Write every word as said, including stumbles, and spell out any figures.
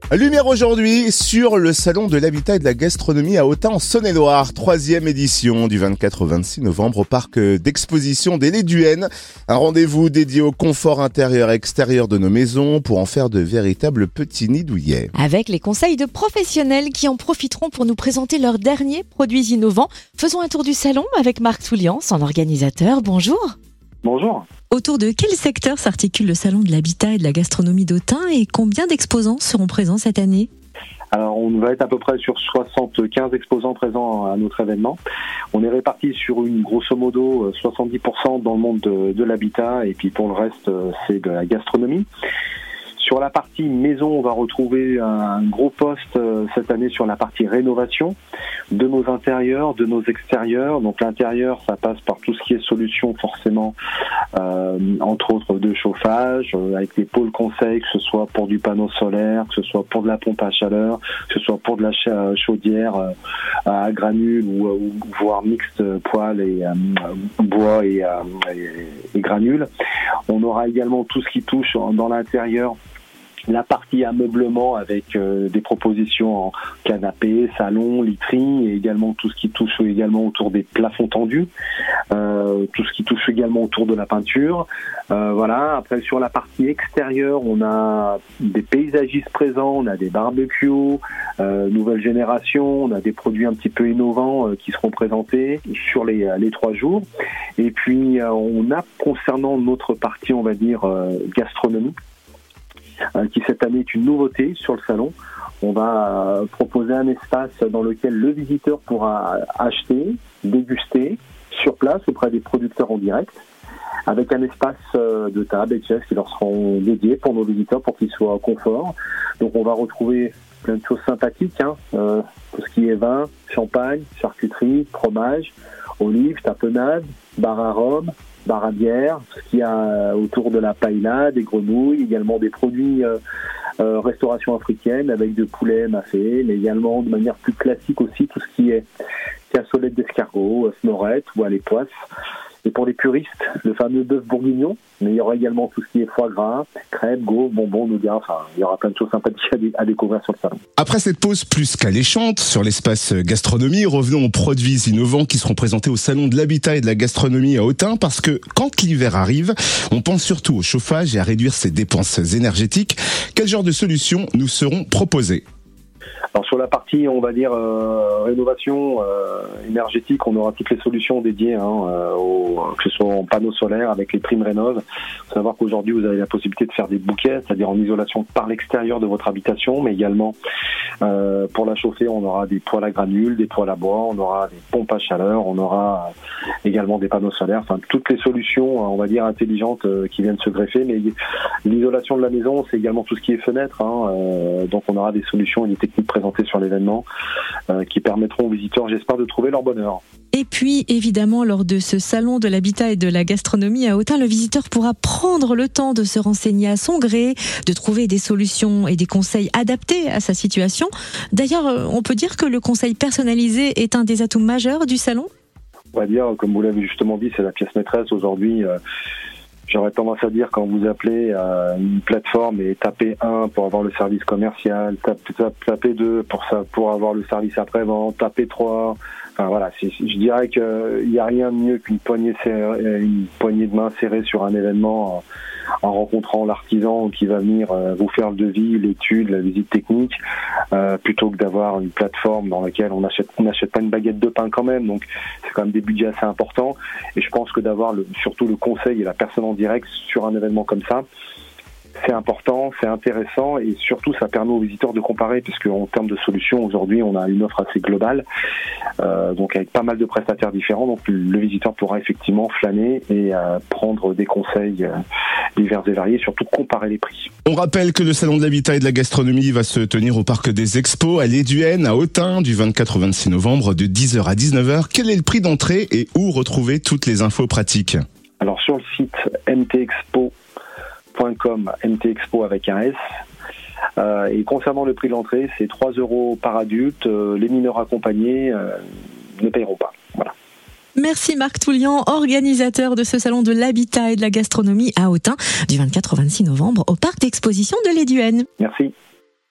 Lumière aujourd'hui sur le Salon de l'Habitat et de la Gastronomie à Autun en Saône-et-Loire. Troisième édition du vingt-quatre au vingt-six novembre au parc d'exposition des Léduennes. Un rendez-vous dédié au confort intérieur et extérieur de nos maisons pour en faire de véritables petits nids douillets. Avec les conseils de professionnels qui en profiteront pour nous présenter leurs derniers produits innovants. Faisons un tour du salon avec Marc Toulian, son organisateur. Bonjour. Bonjour. Autour de quel secteur s'articule le Salon de l'Habitat et de la Gastronomie d'Autun et combien d'exposants seront présents cette année ? Alors, on va être à peu près sur soixante-quinze exposants présents à notre événement. On est répartis sur une, grosso modo, soixante-dix pour cent dans le monde de, de l'habitat et puis pour le reste, c'est de la gastronomie. Sur la partie maison, on va retrouver un gros poste cette année sur la partie rénovation de nos intérieurs, de nos extérieurs. Donc l'intérieur, ça passe par tout ce qui est solution forcément, euh, entre autres de chauffage, euh, avec des pôles conseils, que ce soit pour du panneau solaire, que ce soit pour de la pompe à chaleur, que ce soit pour de la chaudière euh, à granules ou, ou voire mixte poêle et euh, bois et, euh, et, et granules. On aura également tout ce qui touche dans l'intérieur, la partie ameublement avec euh, des propositions en canapé, salon, literie et également tout ce qui touche également autour des plafonds tendus, euh, tout ce qui touche également autour de la peinture. Euh, voilà. Après sur la partie extérieure, on a des paysagistes présents, on a des barbecues, euh, nouvelle génération, on a des produits un petit peu innovants euh, qui seront présentés sur les, les trois jours. Et puis euh, on a concernant notre partie, on va dire euh, gastronomie, qui cette année est une nouveauté sur le salon. On va proposer un espace dans lequel le visiteur pourra acheter, déguster sur place auprès des producteurs en direct, avec un espace de table et de chaises qui leur seront dédiés pour nos visiteurs pour qu'ils soient en confort. Donc on va retrouver plein de choses sympathiques, hein, euh, tout ce qui est vin, champagne, charcuterie, fromage, olives, tapenade, bar à rhum, bar à bière, ce qu'il y a autour de la paella, des grenouilles, également des produits euh, euh, restauration africaine avec de poulet mafé, mais également de manière plus classique aussi tout ce qui est cassolette d'escargot, snorette ou à l'époisse. Et pour les puristes, le fameux bœuf bourguignon, mais il y aura également tout ce qui est foie gras, crêpes, gaufres, bonbons, nougats, enfin, il y aura plein de choses sympathiques à, dé- à découvrir sur le salon. Après cette pause plus qu'alléchante sur l'espace gastronomie, revenons aux produits innovants qui seront présentés au Salon de l'Habitat et de la Gastronomie à Autun, parce que quand l'hiver arrive, on pense surtout au chauffage et à réduire ses dépenses énergétiques. Quel genre de solutions nous seront proposées ? Alors sur la partie, on va dire, euh, rénovation euh, énergétique, on aura toutes les solutions dédiées, hein, euh, au, que ce soit en panneaux solaires avec les primes rénov'. Il faut savoir qu'aujourd'hui, vous avez la possibilité de faire des bouquets, c'est-à-dire en isolation par l'extérieur de votre habitation, mais également euh, pour la chauffer, on aura des poêles à granules, des poêles à bois, on aura des pompes à chaleur, on aura également des panneaux solaires, enfin toutes les solutions, on va dire, intelligentes euh, qui viennent se greffer. Mais l'isolation de la maison, c'est également tout ce qui est fenêtre, hein, euh, donc on aura des solutions et des techniques présentées sur l'événement euh, qui permettront aux visiteurs, j'espère, de trouver leur bonheur. Et puis, évidemment, lors de ce salon de l'habitat et de la gastronomie à Autun, le visiteur pourra prendre le temps de se renseigner à son gré, de trouver des solutions et des conseils adaptés à sa situation. D'ailleurs, on peut dire que le conseil personnalisé est un des atouts majeurs du salon ? On va dire, comme vous l'avez justement dit, c'est la pièce maîtresse aujourd'hui. Euh, J'aurais tendance à dire, quand vous appelez à une plateforme et tapez un pour avoir le service commercial, tapez, tapez deux pour ça, pour avoir le service après-vente, tapez trois. Enfin voilà, c'est, je dirais qu'il n'y a rien de mieux qu'une poignée serrée, une poignée de main serrée sur un événement, en rencontrant l'artisan qui va venir vous faire le devis, l'étude, la visite technique, euh, plutôt que d'avoir une plateforme dans laquelle on achète, on n'achète pas une baguette de pain quand même. Donc c'est quand même des budgets assez importants. Et je pense que d'avoir le, surtout le conseil et la personne en direct sur un événement comme ça, c'est important, c'est intéressant et surtout ça permet aux visiteurs de comparer, puisque en termes de solutions aujourd'hui on a une offre assez globale, euh, donc avec pas mal de prestataires différents, donc le visiteur pourra effectivement flâner et euh, prendre des conseils euh, divers et variés, surtout comparer les prix. On rappelle que le Salon de l'Habitat et de la Gastronomie va se tenir au Parc des Expos à Léduennes, à Autun, du vingt-quatre au vingt-six novembre, de dix heures à dix-neuf heures. Quel est le prix d'entrée et où retrouver toutes les infos pratiques ? Alors sur le site m t expo point com, M T Expo avec un S. Euh, et concernant le prix de l'entrée, c'est trois euros par adulte. Euh, les mineurs accompagnés euh, ne paieront pas. Voilà. Merci Marc Toulian, organisateur de ce salon de l'habitat et de la gastronomie à Autun, du vingt-quatre au vingt-six novembre au parc d'exposition de Léduennes. Merci.